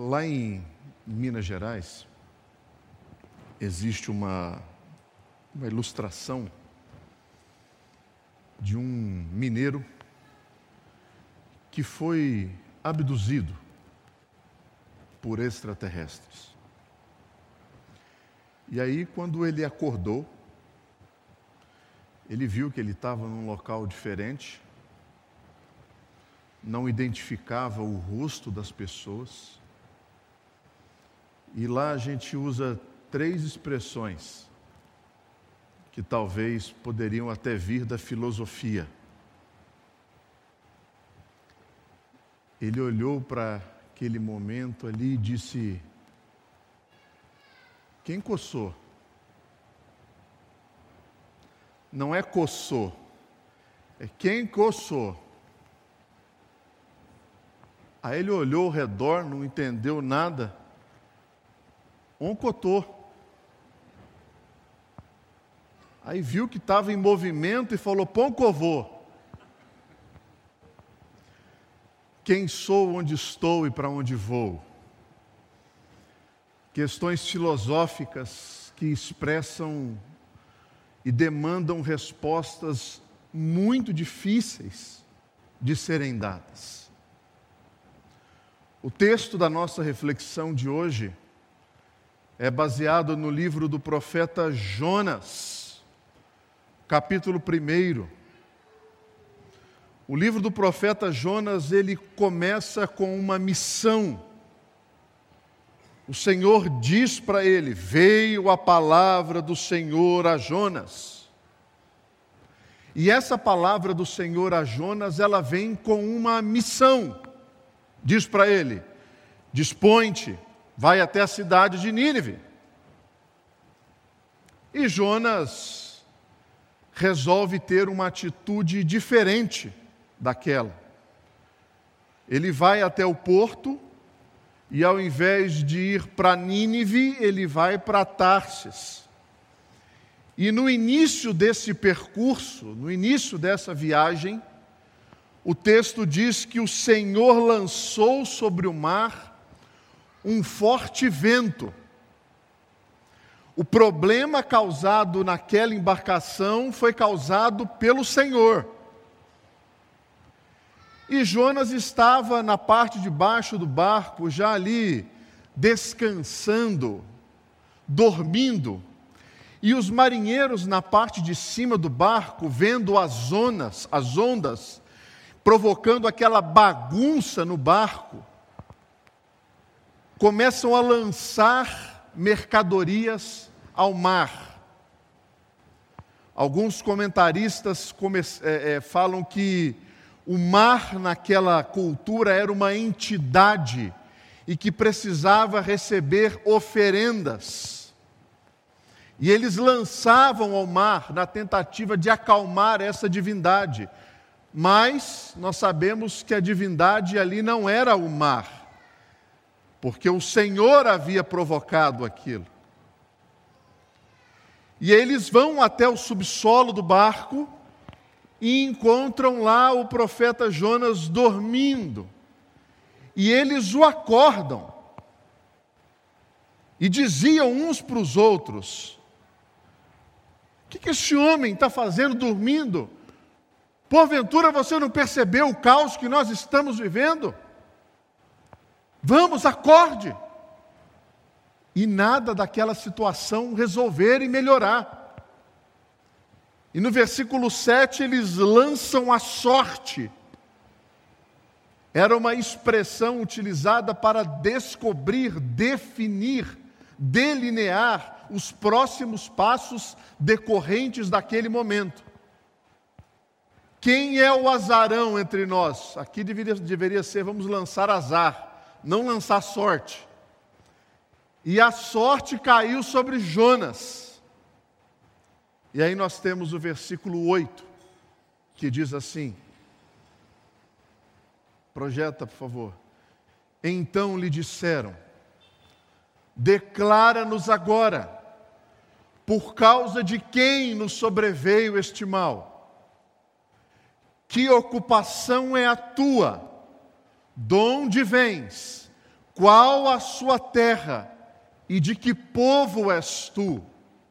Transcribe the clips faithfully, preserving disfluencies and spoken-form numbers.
Lá em Minas Gerais, existe uma, uma ilustração de um mineiro que foi abduzido por extraterrestres. E aí, quando ele acordou, ele viu que ele estava num local diferente, não identificava o rosto das pessoas. E lá a gente usa três expressões que talvez poderiam até vir da filosofia. Ele olhou para aquele momento ali e disse: quem coçou? Não é coçou, é quem coçou. Aí ele olhou ao redor, não entendeu nada. Um cotou. Aí viu que estava em movimento e falou: pão covô. Quem sou, onde estou e para onde vou? Questões filosóficas que expressam e demandam respostas muito difíceis de serem dadas. O texto da nossa reflexão de hoje é baseado no livro do profeta Jonas, capítulo primeiro. O livro do profeta Jonas, ele começa com uma missão. O Senhor diz para ele: veio a palavra do Senhor a Jonas. E essa palavra do Senhor a Jonas, ela vem com uma missão. Diz para ele: dispõe-te, vai até a cidade de Nínive. E Jonas resolve ter uma atitude diferente daquela. Ele vai até o porto e, ao invés de ir para Nínive, ele vai para Tarsis. E no início desse percurso, no início dessa viagem, o texto diz que o Senhor lançou sobre o mar um forte vento. O problema causado naquela embarcação foi causado pelo Senhor. E Jonas estava na parte de baixo do barco, já ali descansando, dormindo. E os marinheiros na parte de cima do barco, vendo as ondas, as ondas, provocando aquela bagunça no barco, começam a lançar mercadorias ao mar. Alguns comentaristas come- é, é, falam que o mar naquela cultura era uma entidade e que precisava receber oferendas. E eles lançavam ao mar na tentativa de acalmar essa divindade. Mas nós sabemos que a divindade ali não era o mar, porque o Senhor havia provocado aquilo. E eles vão até o subsolo do barco e encontram lá o profeta Jonas dormindo. E eles o acordam. E diziam uns para os outros: o que, que esse homem está fazendo dormindo? Porventura você não percebeu o caos que nós estamos vivendo? Vamos, acorde! E nada daquela situação resolver e melhorar. E no versículo sete eles lançam a sorte. Era uma expressão utilizada para descobrir, definir, delinear os próximos passos decorrentes daquele momento. Quem é o azarão entre nós? Aqui deveria, deveria ser: vamos lançar azar, não lançar sorte. E a sorte caiu sobre Jonas. E aí nós temos o versículo oito, que diz assim, projeta por favor. Então lhe disseram: declara-nos agora, por causa de quem nos sobreveio este mal? Que ocupação é a tua? De onde vens? qual a sua terra e de que povo és tu?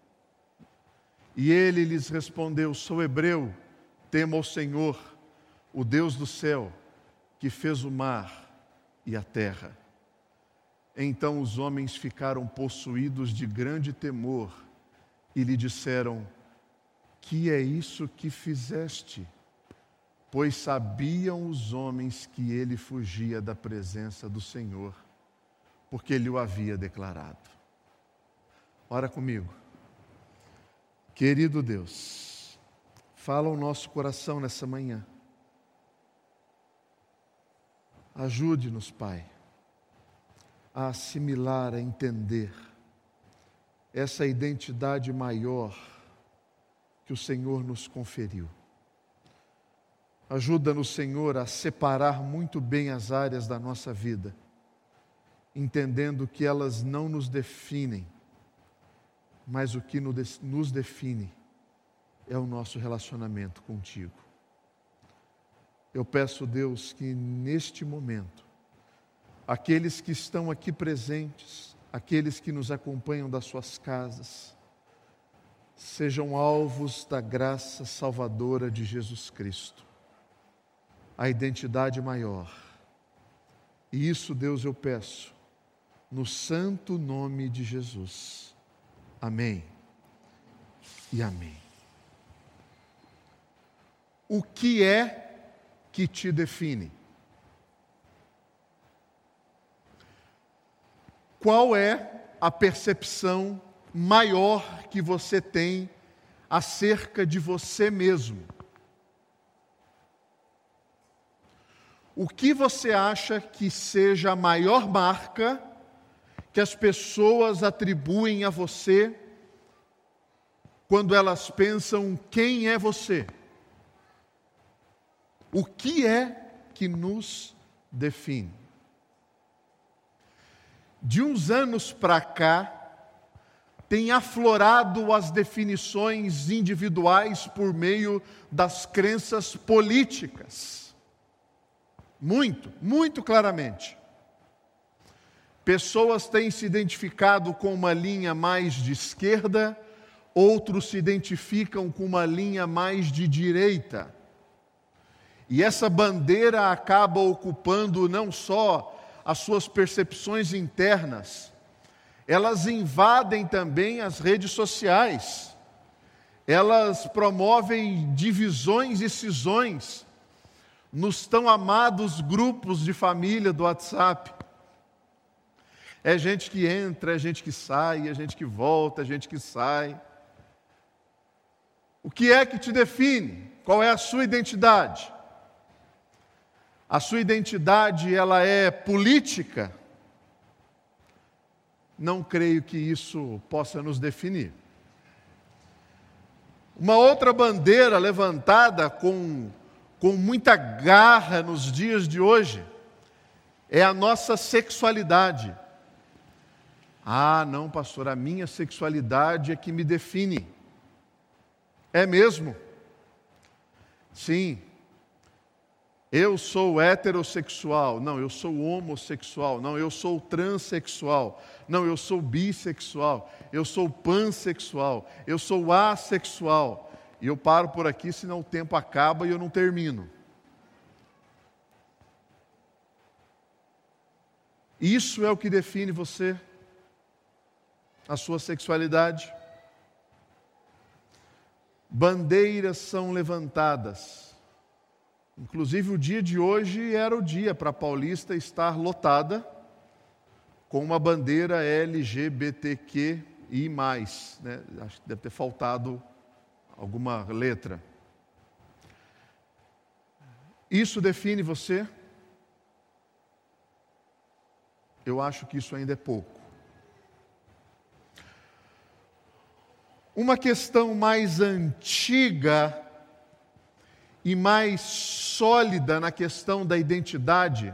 E ele lhes respondeu: sou hebreu, temo ao Senhor, o Deus do céu, que fez o mar e a terra. Então os homens ficaram possuídos de grande temor e lhe disseram: que é isso que fizeste? Pois sabiam os homens que ele fugia da presença do Senhor, porque ele o havia declarado. Ora comigo. Querido Deus, fala ao nosso coração nessa manhã. Ajude-nos, Pai, a assimilar, a entender essa identidade maior que o Senhor nos conferiu. Ajuda-nos, Senhor, a separar muito bem as áreas da nossa vida, entendendo que elas não nos definem, mas o que nos define é o nosso relacionamento contigo. Eu peço, Deus, que neste momento, aqueles que estão aqui presentes, aqueles que nos acompanham das suas casas, sejam alvos da graça salvadora de Jesus Cristo, a identidade maior. E isso, Deus, eu peço, no santo nome de Jesus. Amém e amém. O que é que te define? Qual é a percepção maior que você tem acerca de você mesmo? O que você acha que seja a maior marca que as pessoas atribuem a você quando elas pensam quem é você? O que é que nos define? De uns anos para cá, tem aflorado as definições individuais por meio das crenças políticas. Muito, muito claramente. Pessoas têm se identificado com uma linha mais de esquerda, outros se identificam com uma linha mais de direita. E essa bandeira acaba ocupando não só as suas percepções internas, elas invadem também as redes sociais. Elas promovem divisões e cisões nos tão amados grupos de família do WhatsApp. É gente que entra, é gente que sai, é gente que volta, é gente que sai. O que é que te define? Qual é a sua identidade? A sua identidade, ela é política? Não creio que isso possa nos definir. Uma outra bandeira levantada com, com muita garra nos dias de hoje é a nossa sexualidade. Ah, não, pastor, a minha sexualidade é que me define. É mesmo? Sim. Eu sou heterossexual. Não, eu sou homossexual. Não, eu sou transexual. Não, eu sou bissexual. Eu sou pansexual. Eu sou assexual. E eu paro por aqui, senão o tempo acaba e eu não termino. Isso é o que define você? A sua sexualidade? Bandeiras são levantadas. Inclusive o dia de hoje era o dia para a Paulista estar lotada com uma bandeira L G B T Q I mais, né? Acho que deve ter faltado alguma letra. Isso define você? Eu acho que isso ainda é pouco. Uma questão mais antiga e mais sólida na questão da identidade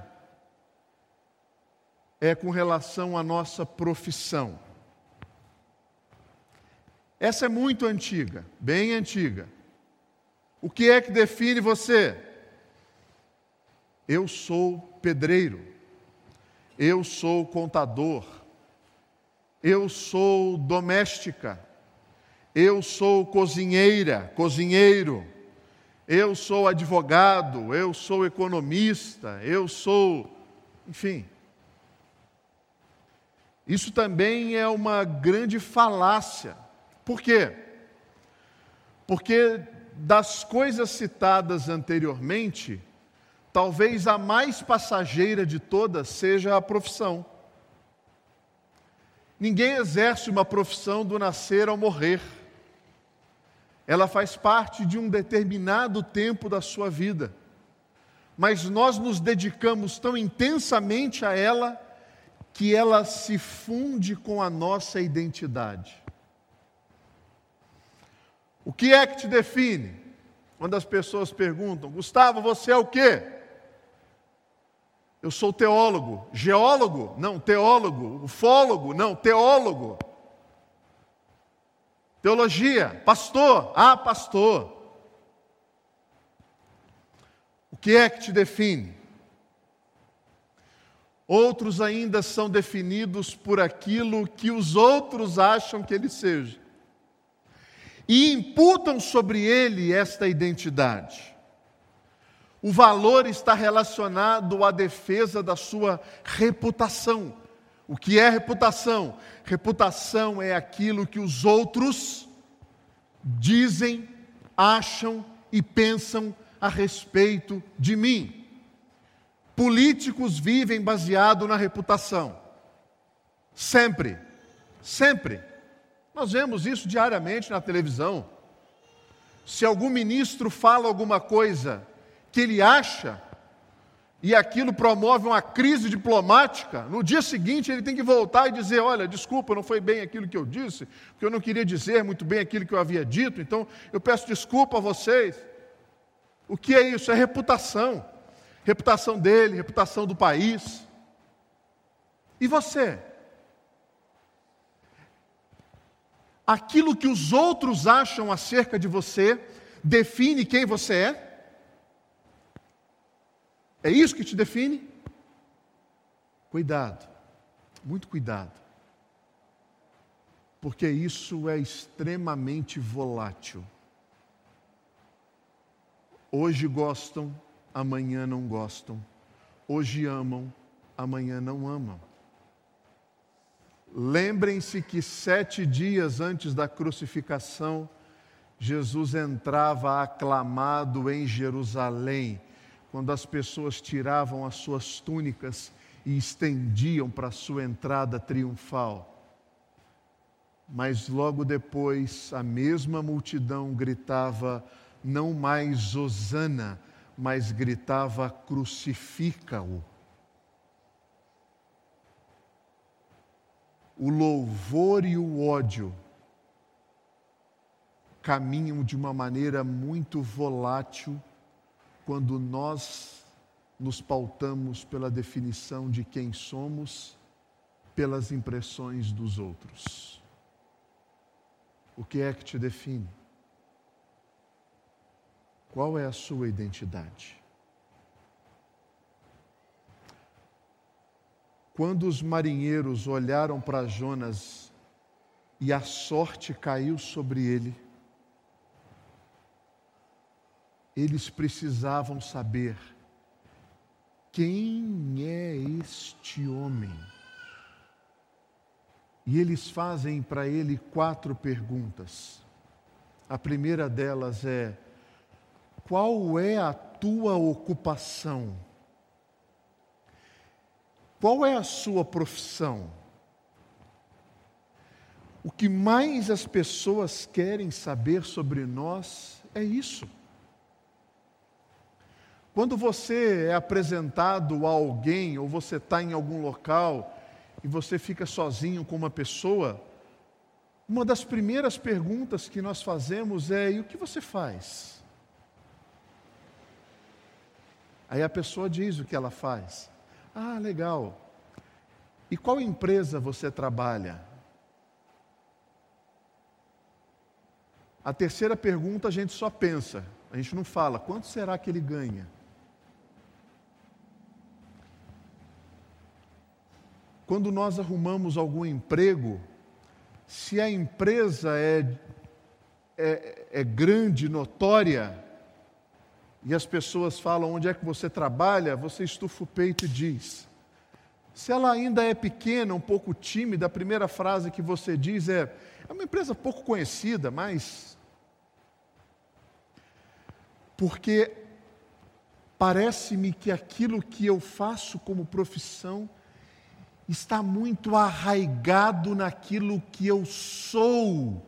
é com relação à nossa profissão. Essa é muito antiga, bem antiga. O que é que define você? Eu sou pedreiro. eu sou contador, eu sou doméstica, eu sou cozinheira, cozinheiro, eu sou advogado, eu sou economista, eu sou, enfim. Isso também é uma grande falácia. Por quê? Porque das coisas citadas anteriormente, talvez a mais passageira de todas seja a profissão. Ninguém exerce uma profissão do nascer ao morrer. Ela faz parte de um determinado tempo da sua vida. Mas nós nos dedicamos tão intensamente a ela que ela se funde com a nossa identidade. O que é que te define? Quando as pessoas perguntam, Gustavo, você é o quê? Eu sou teólogo. Geólogo? Não, teólogo. Ufólogo? Não, teólogo. Teologia? Pastor? Ah, pastor. O que é que te define? Outros ainda são definidos por aquilo que os outros acham que ele seja. E imputam sobre ele esta identidade. O valor está relacionado à defesa da sua reputação. O que é reputação? Reputação é aquilo que os outros dizem, acham e pensam a respeito de mim. Políticos vivem baseado na reputação. Sempre, sempre. Nós vemos isso diariamente na televisão. Se algum ministro fala alguma coisa que ele acha, e aquilo promove uma crise diplomática, no dia seguinte ele tem que voltar e dizer, olha, desculpa, não foi bem aquilo que eu disse, porque eu não queria dizer muito bem aquilo que eu havia dito, então eu peço desculpa a vocês. O que é isso? É reputação. Reputação dele, reputação do país. E você? Aquilo que os outros acham acerca de você define quem você é? É isso que te define? Cuidado, muito cuidado. Porque isso é extremamente volátil. Hoje gostam, amanhã não gostam. Hoje amam, amanhã não amam. Lembrem-se que sete dias antes da crucificação, Jesus entrava aclamado em Jerusalém, quando as pessoas tiravam as suas túnicas e estendiam para a sua entrada triunfal. Mas logo depois, a mesma multidão gritava, não mais Hosana, mas gritava, crucifica-o. O louvor e o ódio caminham de uma maneira muito volátil quando nós nos pautamos pela definição de quem somos, pelas impressões dos outros. O que é que te define? Qual é a sua identidade? Quando os marinheiros olharam para Jonas e a sorte caiu sobre ele, eles precisavam saber quem é este homem. E eles fazem para ele quatro perguntas. A primeira delas é: qual é a tua ocupação? Qual é a sua profissão? O que mais as pessoas querem saber sobre nós é isso. Quando você é apresentado a alguém, ou você está em algum local, e você fica sozinho com uma pessoa, uma das primeiras perguntas que nós fazemos é: e o que você faz? Aí a pessoa diz o que ela faz. Ah, legal. E qual empresa você trabalha? A terceira pergunta a gente só pensa, a gente não fala, quanto será que ele ganha? quando nós arrumamos algum emprego, se a empresa é, é, é grande, notória, e as pessoas falam onde é que você trabalha, você estufa o peito e diz. Se ela ainda é pequena, um pouco tímida, a primeira frase que você diz é: é uma empresa pouco conhecida, mas... Porque parece-me que aquilo que eu faço como profissão está muito arraigado naquilo que eu sou.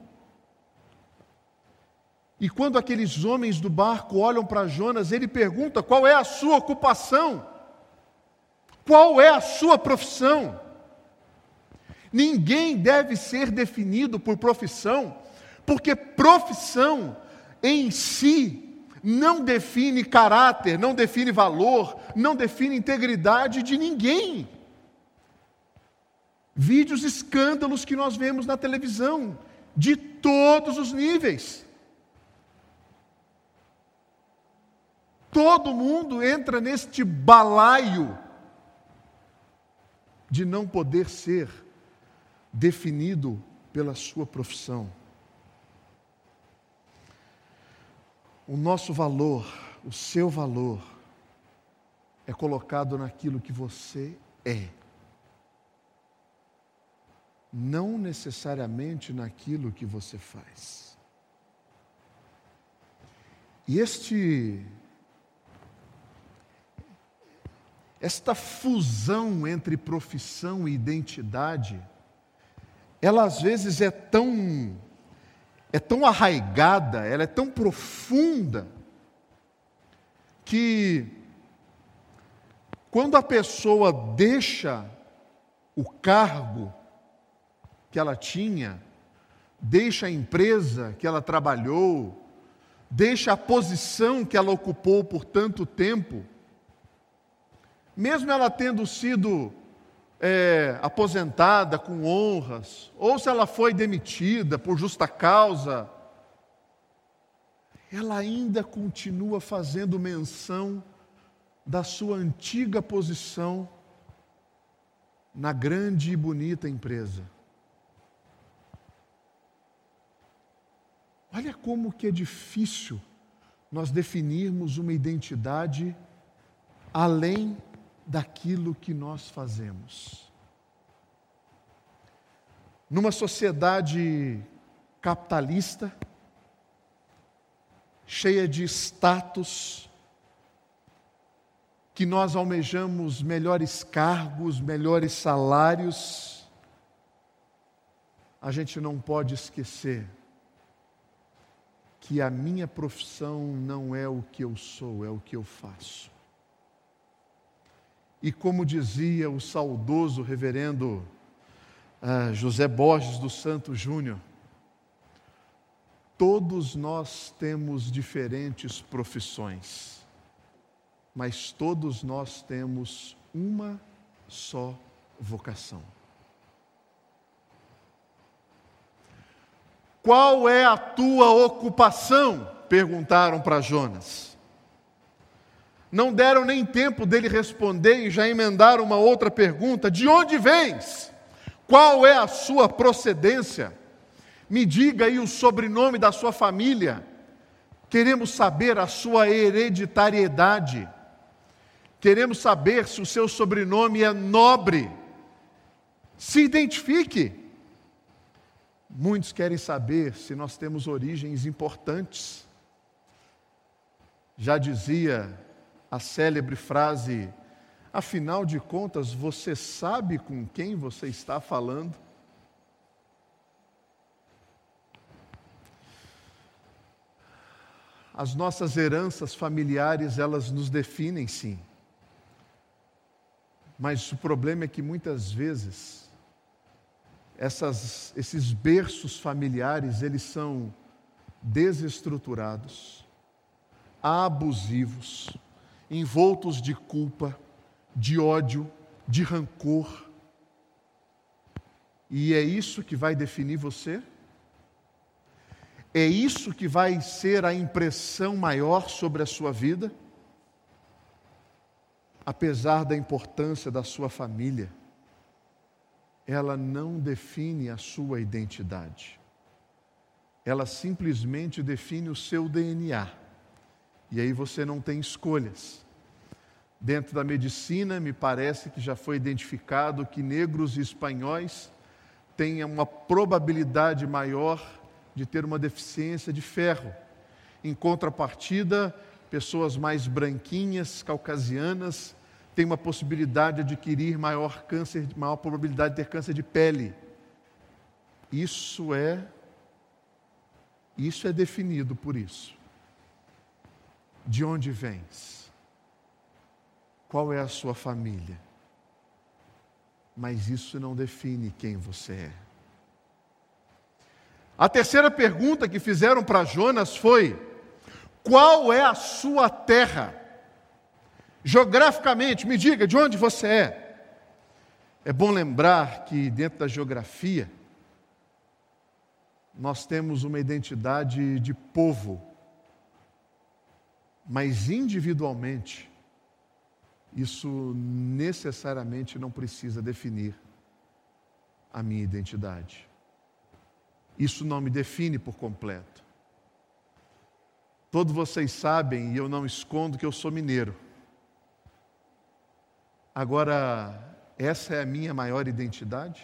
E quando aqueles homens do barco olham para Jonas, ele pergunta: qual é a sua ocupação? Qual é a sua profissão? Ninguém deve ser definido por profissão, porque profissão em si não define caráter, não define valor, não define integridade de ninguém. Vide os escândalos que nós vemos na televisão, de todos os níveis. Todo mundo entra neste balaio de não poder ser definido pela sua profissão. O nosso valor, o seu valor, é colocado naquilo que você é, não necessariamente naquilo que você faz. E este, esta fusão entre profissão e identidade, ela às vezes é tão, é tão arraigada, ela é tão profunda, que quando a pessoa deixa o cargo que ela tinha, deixa a empresa que ela trabalhou, deixa a posição que ela ocupou por tanto tempo, mesmo ela tendo sido é, aposentada com honras, ou se ela foi demitida por justa causa, ela ainda continua fazendo menção da sua antiga posição na grande e bonita empresa. Olha como que é difícil nós definirmos uma identidade além daquilo que nós fazemos. Numa sociedade capitalista, cheia de status, que nós almejamos melhores cargos, melhores salários, a gente não pode esquecer que a minha profissão não é o que eu sou, é o que eu faço. E como dizia o saudoso reverendo uh, José Borges dos Santos Júnior, todos nós temos diferentes profissões, mas todos nós temos uma só vocação. Qual é a tua ocupação? Perguntaram para Jonas. Não deram nem tempo dele responder e já emendaram uma outra pergunta: de onde vens? Qual é a sua procedência? Me diga aí o sobrenome da sua família. Queremos saber a sua hereditariedade. Queremos saber se o seu sobrenome é nobre. Se identifique. Muitos querem saber se nós temos origens importantes. Já dizia a célebre frase: afinal de contas, você sabe com quem você está falando? As nossas heranças familiares, elas nos definem, sim. Mas o problema é que muitas vezes essas, esses berços familiares, eles são desestruturados, abusivos, envoltos de culpa, de ódio, de rancor. E é isso que vai definir você? É isso que vai ser a impressão maior sobre a sua vida? Apesar da importância da sua família, ela não define a sua identidade. Ela simplesmente define o seu D N A. E aí você não tem escolhas. Dentro da medicina, me parece que já foi identificado que negros e espanhóis têm uma probabilidade maior de ter uma deficiência de ferro. Em contrapartida, pessoas mais branquinhas, caucasianas, têm uma possibilidade de adquirir maior câncer, maior probabilidade de ter câncer de pele. Isso é, isso é definido por isso. De onde vens? Qual é a sua família? Mas isso não define quem você é. A terceira pergunta que fizeram para Jonas foi: qual é a sua terra? Geograficamente, me diga de onde você é. É bom lembrar que dentro da geografia nós temos uma identidade de povo, mas individualmente isso necessariamente não precisa definir a minha identidade. Isso não me define por completo. Todos vocês sabem, e eu não escondo, que eu sou mineiro. Agora, essa é a minha maior identidade?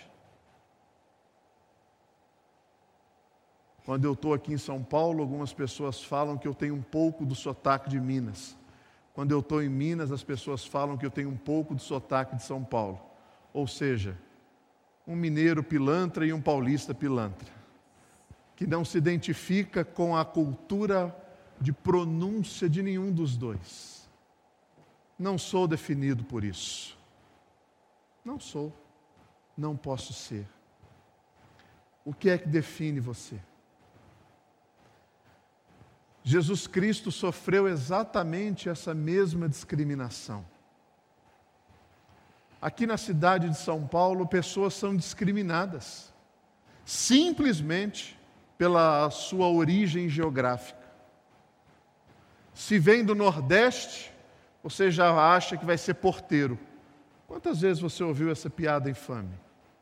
Quando eu estou aqui em São Paulo, algumas pessoas falam que eu tenho um pouco do sotaque de Minas. Quando eu estou em Minas, as pessoas falam que eu tenho um pouco do sotaque de São Paulo. Ou seja, um mineiro pilantra e um paulista pilantra, que não se identifica com a cultura de pronúncia de nenhum dos dois. Não sou definido por isso. Não sou. Não posso ser. O que é que define você? Jesus Cristo sofreu exatamente essa mesma discriminação. Aqui na cidade de São Paulo, pessoas são discriminadas, simplesmente pela sua origem geográfica. Se vem do Nordeste, você já acha que vai ser porteiro. Quantas vezes você ouviu essa piada infame?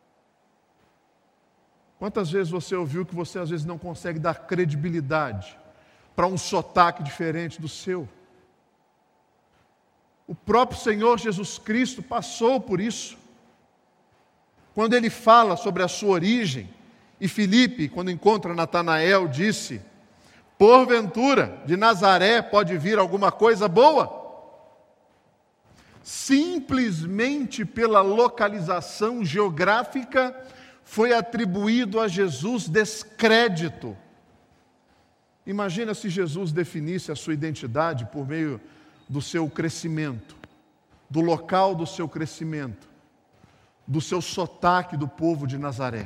Quantas vezes você ouviu que você às vezes não consegue dar credibilidade para um sotaque diferente do seu? O próprio Senhor Jesus Cristo passou por isso. Quando ele fala sobre a sua origem, e Filipe, quando encontra Natanael, disse: porventura, de Nazaré pode vir alguma coisa boa? Simplesmente pela localização geográfica, foi atribuído a Jesus descrédito. Imagina se Jesus definisse a sua identidade por meio do seu crescimento, do local do seu crescimento, do seu sotaque do povo de Nazaré.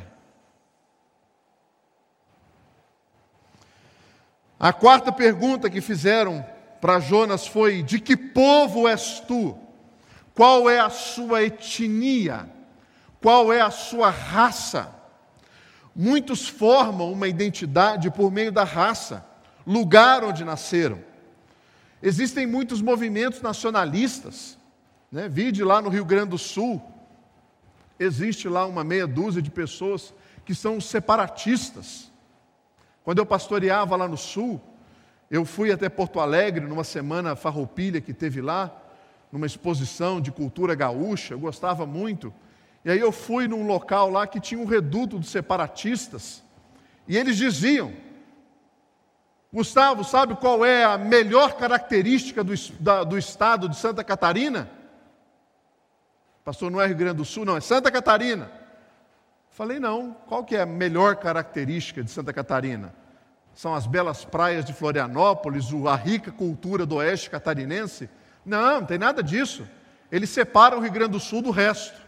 A quarta pergunta que fizeram para Jonas foi: de que povo és tu? Qual é a sua etnia? Qual é a sua raça? Muitos formam uma identidade por meio da raça, lugar onde nasceram. Existem muitos movimentos nacionalistas, né? Vide lá no Rio Grande do Sul, existe lá uma meia dúzia de pessoas que são separatistas. Quando eu pastoreava lá no Sul, eu fui até Porto Alegre numa semana farroupilha que teve lá, numa exposição de cultura gaúcha, eu gostava muito. E aí eu fui num local lá que tinha um reduto dos separatistas, e eles diziam: Gustavo, sabe qual é a melhor característica do, da, do estado de Santa Catarina? Pastor, não é Rio Grande do Sul, não, é Santa Catarina. Falei, não, qual que é a melhor característica de Santa Catarina? São as belas praias de Florianópolis, a rica cultura do oeste catarinense? Não, não tem nada disso. Eles separam o Rio Grande do Sul do resto.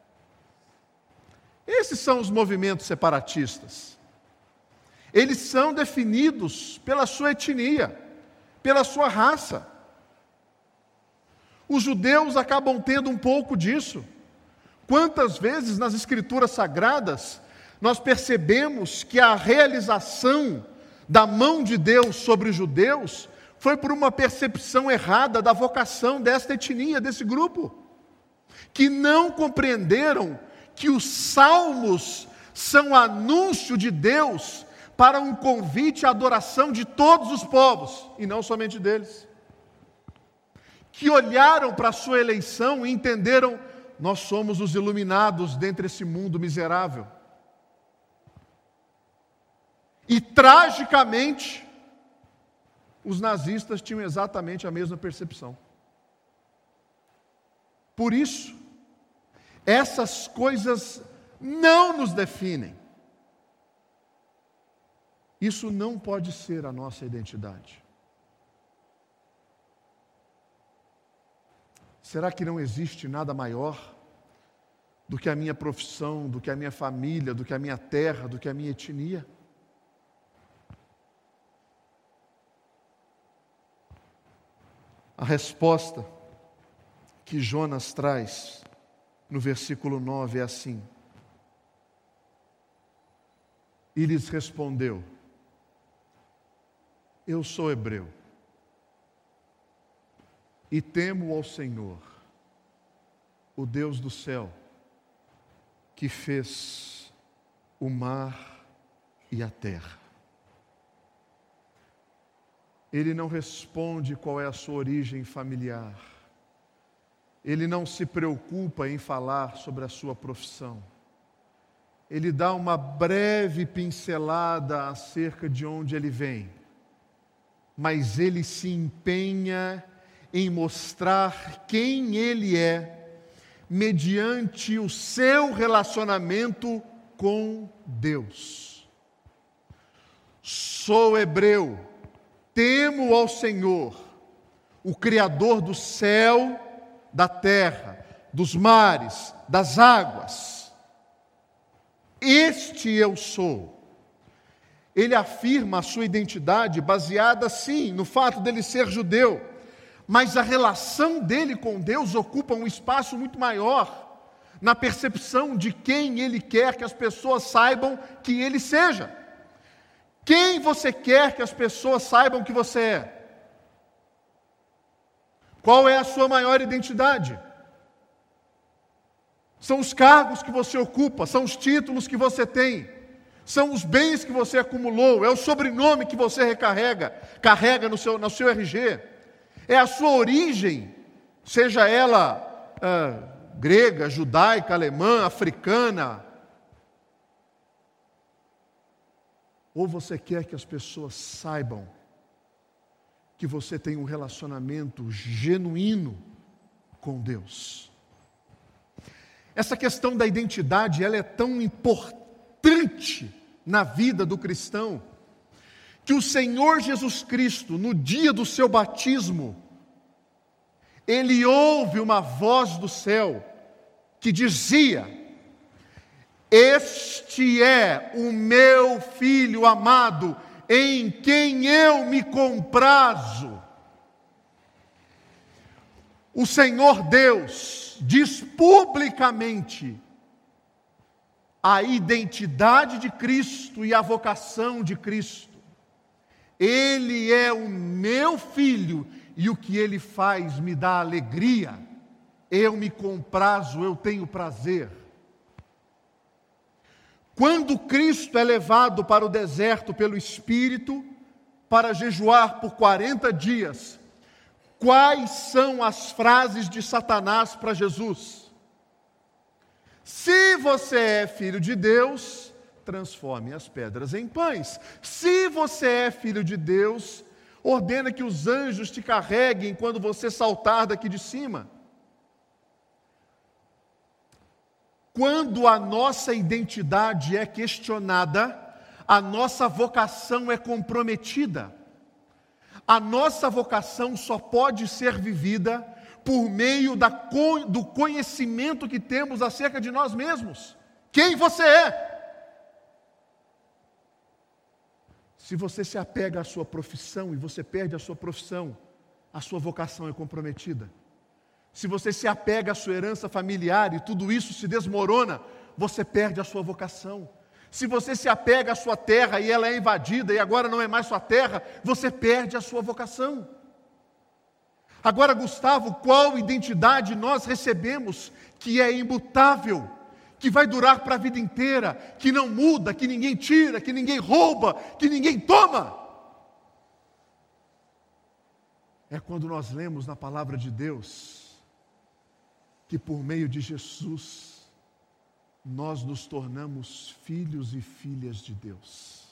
Esses são os movimentos separatistas. Eles são definidos pela sua etnia, pela sua raça. Os judeus acabam tendo um pouco disso. Quantas vezes nas Escrituras Sagradas nós percebemos que a realização da mão de Deus sobre os judeus foi por uma percepção errada da vocação desta etnia, desse grupo, que não compreenderam que os salmos são anúncio de Deus para um convite à adoração de todos os povos, e não somente deles. Que olharam para a sua eleição e entenderam: nós somos os iluminados dentre esse mundo miserável. E, tragicamente, os nazistas tinham exatamente a mesma percepção. Por isso, essas coisas não nos definem. Isso não pode ser a nossa identidade. Será que não existe nada maior do que a minha profissão, do que a minha família, do que a minha terra, do que a minha etnia? A resposta que Jonas traz no versículo nove é assim: e lhes respondeu: eu sou hebreu e temo ao Senhor, o Deus do céu, que fez o mar e a terra. Ele não responde qual é a sua origem familiar. Ele não se preocupa em falar sobre a sua profissão. Ele dá uma breve pincelada acerca de onde ele vem. Mas ele se empenha em mostrar quem ele é, mediante o seu relacionamento com Deus. Sou hebreu, temo ao Senhor, o Criador do céu, da terra, dos mares, das águas. Este eu sou. Ele afirma a sua identidade baseada, sim, no fato dele ser judeu, mas a relação dele com Deus ocupa um espaço muito maior, na percepção de quem ele quer que as pessoas saibam que ele seja. Quem você quer que as pessoas saibam que você é? Qual é a sua maior identidade? São os cargos que você ocupa, são os títulos que você tem, são os bens que você acumulou, é o sobrenome que você recarrega, carrega no seu, no seu R G, é a sua origem, seja ela ah, grega, judaica, alemã, africana. Ou você quer que as pessoas saibam que você tem um relacionamento genuíno com Deus? Essa questão da identidade, ela é tão importante na vida do cristão, que o Senhor Jesus Cristo, no dia do seu batismo, ele ouve uma voz do céu que dizia: este é o meu filho amado, em quem eu me comprazo. O Senhor Deus diz publicamente a identidade de Cristo e a vocação de Cristo. Ele é o meu filho e o que ele faz me dá alegria. Eu me comprazo, eu tenho prazer. Quando Cristo é levado para o deserto pelo Espírito, para jejuar por quarenta dias, quais são as frases de Satanás para Jesus? Se você é filho de Deus, transforme as pedras em pães. Se você é filho de Deus, ordena que os anjos te carreguem quando você saltar daqui de cima. Quando a nossa identidade é questionada, a nossa vocação é comprometida. A nossa vocação só pode ser vivida por meio da, do conhecimento que temos acerca de nós mesmos. Quem você é? Se você se apega à sua profissão e você perde a sua profissão, a sua vocação é comprometida. Se você se apega à sua herança familiar e tudo isso se desmorona, você perde a sua vocação. Se você se apega à sua terra e ela é invadida e agora não é mais sua terra, você perde a sua vocação. Agora, Gustavo, qual identidade nós recebemos que é imutável, que vai durar para a vida inteira, que não muda, que ninguém tira, que ninguém rouba, que ninguém toma. É quando nós lemos na palavra de Deus que por meio de Jesus nós nos tornamos filhos e filhas de Deus.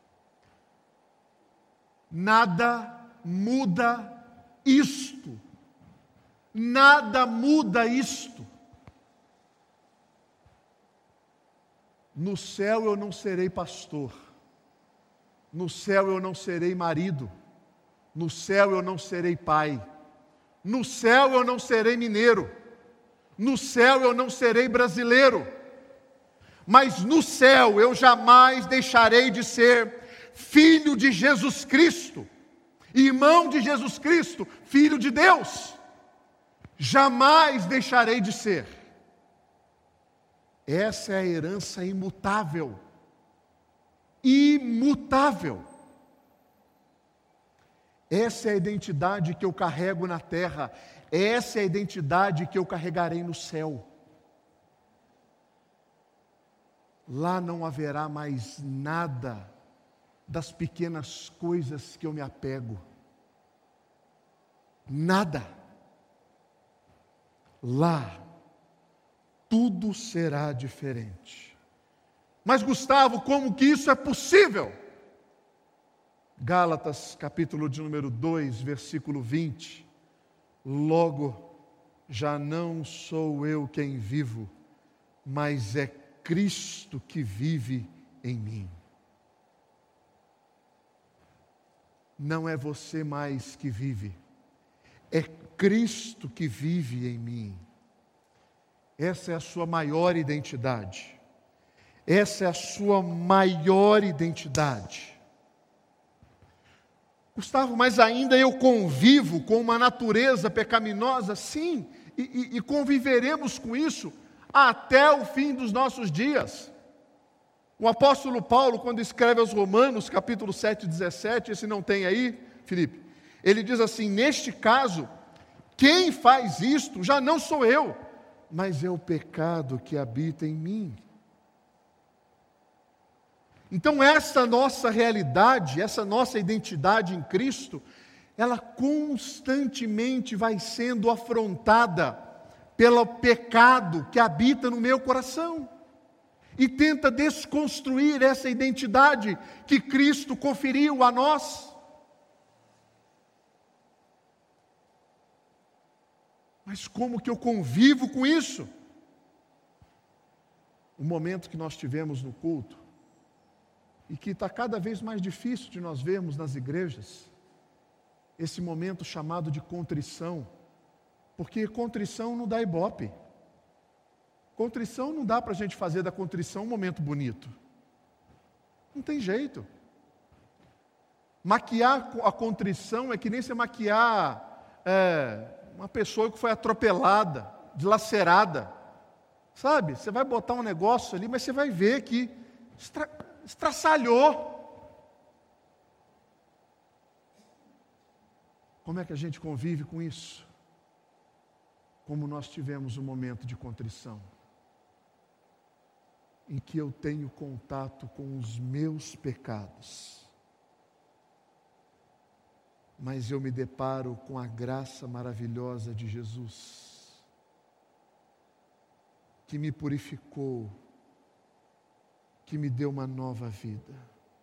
Nada muda isto. Nada muda isto. No céu eu não serei pastor. No céu eu não serei marido. No céu eu não serei pai. No céu eu não serei mineiro. No céu eu não serei brasileiro. Mas no céu eu jamais deixarei de ser filho de Jesus Cristo, irmão de Jesus Cristo, filho de Deus. Jamais deixarei de ser. Essa é a herança imutável. Imutável. Essa é a identidade que eu carrego na terra. Essa é a identidade que eu carregarei no céu. Lá não haverá mais nada das pequenas coisas que eu me apego. Nada. Lá, tudo será diferente. Mas, Gustavo, como que isso é possível? Gálatas, capítulo de número dois, versículo vinte. Logo, já não sou eu quem vivo, mas é Cristo que vive em mim. Não é você mais que vive, é Cristo que vive em mim. Essa é a sua maior identidade. Essa é a sua maior identidade. Gustavo, mas ainda eu convivo com uma natureza pecaminosa? Sim, e, e, e conviveremos com isso até o fim dos nossos dias. O apóstolo Paulo, quando escreve aos Romanos, capítulo sete, dezessete, esse não tem aí, Felipe? Ele diz assim: neste caso, quem faz isto já não sou eu, mas é o pecado que habita em mim. Então essa nossa realidade, essa nossa identidade em Cristo, ela constantemente vai sendo afrontada pelo pecado que habita no meu coração e tenta desconstruir essa identidade que Cristo conferiu a nós. Mas como que eu convivo com isso? O momento que nós tivemos no culto, e que está cada vez mais difícil de nós vermos nas igrejas, esse momento chamado de contrição, porque contrição não dá ibope. Contrição não dá para a gente fazer da contrição um momento bonito. Não tem jeito. Maquiar a contrição é que nem você maquiar é, uma pessoa que foi atropelada, dilacerada. Sabe? Você vai botar um negócio ali, mas você vai ver que estra... estraçalhou. Como é que a gente convive com isso? Como nós tivemos um momento de contrição, em que eu tenho contato com os meus pecados, mas eu me deparo com a graça maravilhosa de Jesus, que me purificou, que me deu uma nova vida.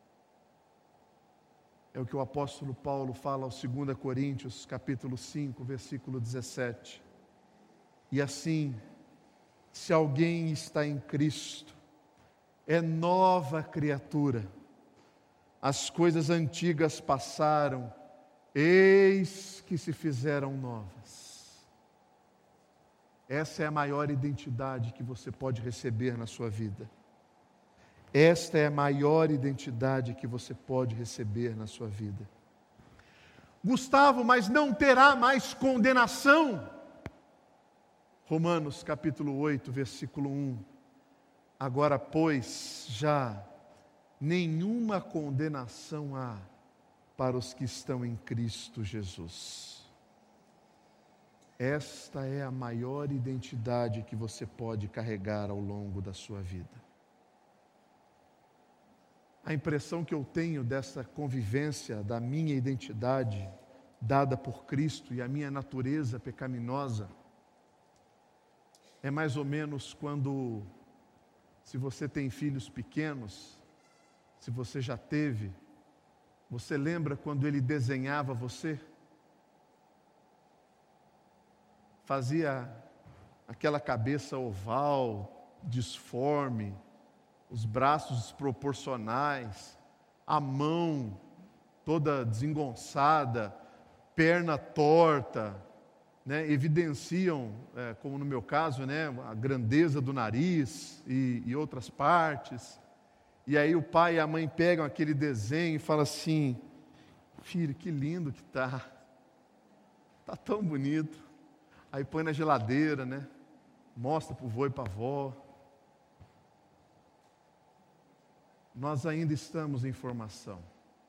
É o que o apóstolo Paulo fala aos dois Coríntios, capítulo cinco, versículo dezessete. E assim, se alguém está em Cristo, é nova criatura. As coisas antigas passaram, eis que se fizeram novas. Essa é a maior identidade que você pode receber na sua vida. Esta é a maior identidade que você pode receber na sua vida. Gustavo, mas não terá mais condenação? Romanos capítulo oito, versículo um. Agora, pois, já nenhuma condenação há para os que estão em Cristo Jesus. esta é a maior identidade que você pode carregar ao longo da sua vida. A impressão que eu tenho dessa convivência da minha identidade dada por Cristo e a minha natureza pecaminosa é mais ou menos quando, se você tem filhos pequenos, se você já teve, você lembra quando ele desenhava você? Fazia aquela cabeça oval, disforme, os braços desproporcionais, a mão toda desengonçada, perna torta, né, evidenciam, é, como no meu caso, né, a grandeza do nariz e, e outras partes. E aí o pai e a mãe pegam aquele desenho e falam assim: filho, que lindo que está, está tão bonito. Aí põe na geladeira, né, mostra para o vô e para a avó. Nós ainda estamos em formação.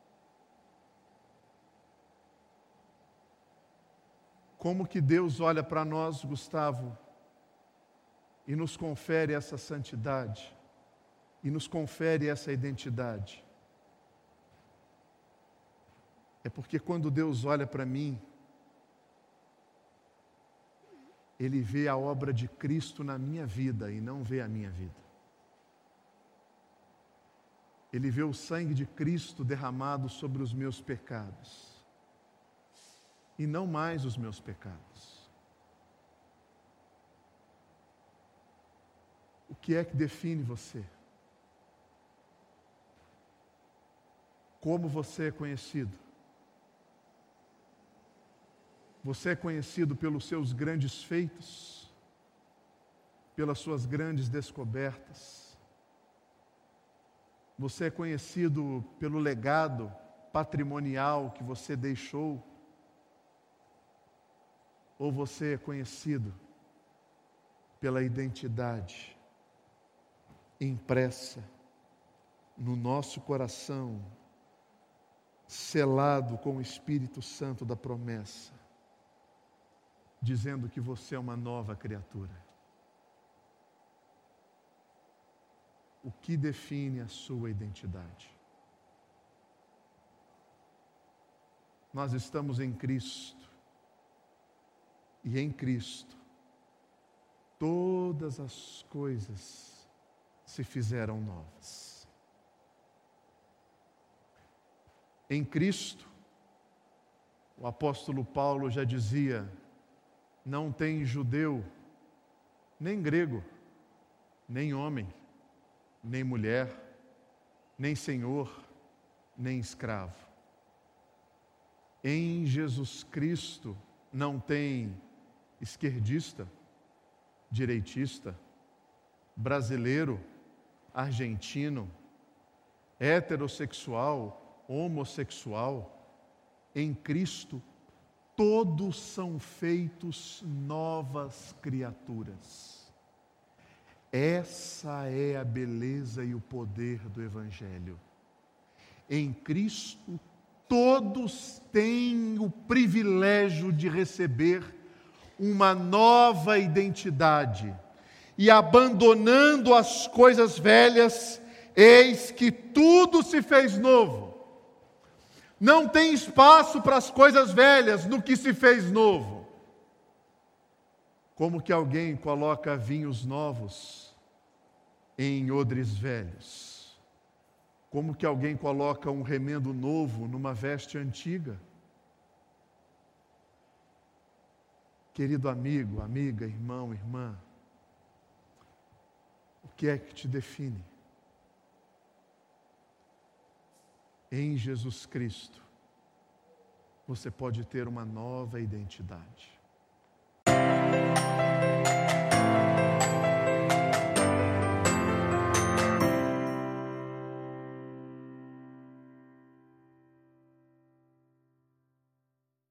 Como que Deus olha para nós, Gustavo, e nos confere essa santidade, e nos confere essa identidade? É porque quando Deus olha para mim, Ele vê a obra de Cristo na minha vida e não vê a minha vida. Ele vê o sangue de Cristo derramado sobre os meus pecados e não mais os meus pecados. O que é que define você? Como você é conhecido? Você é conhecido pelos seus grandes feitos, pelas suas grandes descobertas. Você é conhecido pelo legado patrimonial que você deixou, ou você é conhecido pela identidade impressa no nosso coração, selado com o Espírito Santo da promessa, dizendo que você é uma nova criatura? O que define a sua identidade? Nós estamos em Cristo, e em Cristo todas as coisas se fizeram novas. Em Cristo, o apóstolo Paulo já dizia: não tem judeu, nem grego, nem homem, nem mulher, nem senhor, nem escravo. Em Jesus Cristo não tem esquerdista, direitista, brasileiro, argentino, heterossexual, homossexual. Em Cristo todos são feitos novas criaturas. Essa é a beleza e o poder do Evangelho. Em Cristo, todos têm o privilégio de receber uma nova identidade. E abandonando as coisas velhas, eis que tudo se fez novo. Não tem espaço para as coisas velhas no que se fez novo. Como que alguém coloca vinhos novos em odres velhos? Como que alguém coloca um remendo novo numa veste antiga? Querido amigo, amiga, irmão, irmã, o que é que te define? Em Jesus Cristo, você pode ter uma nova identidade.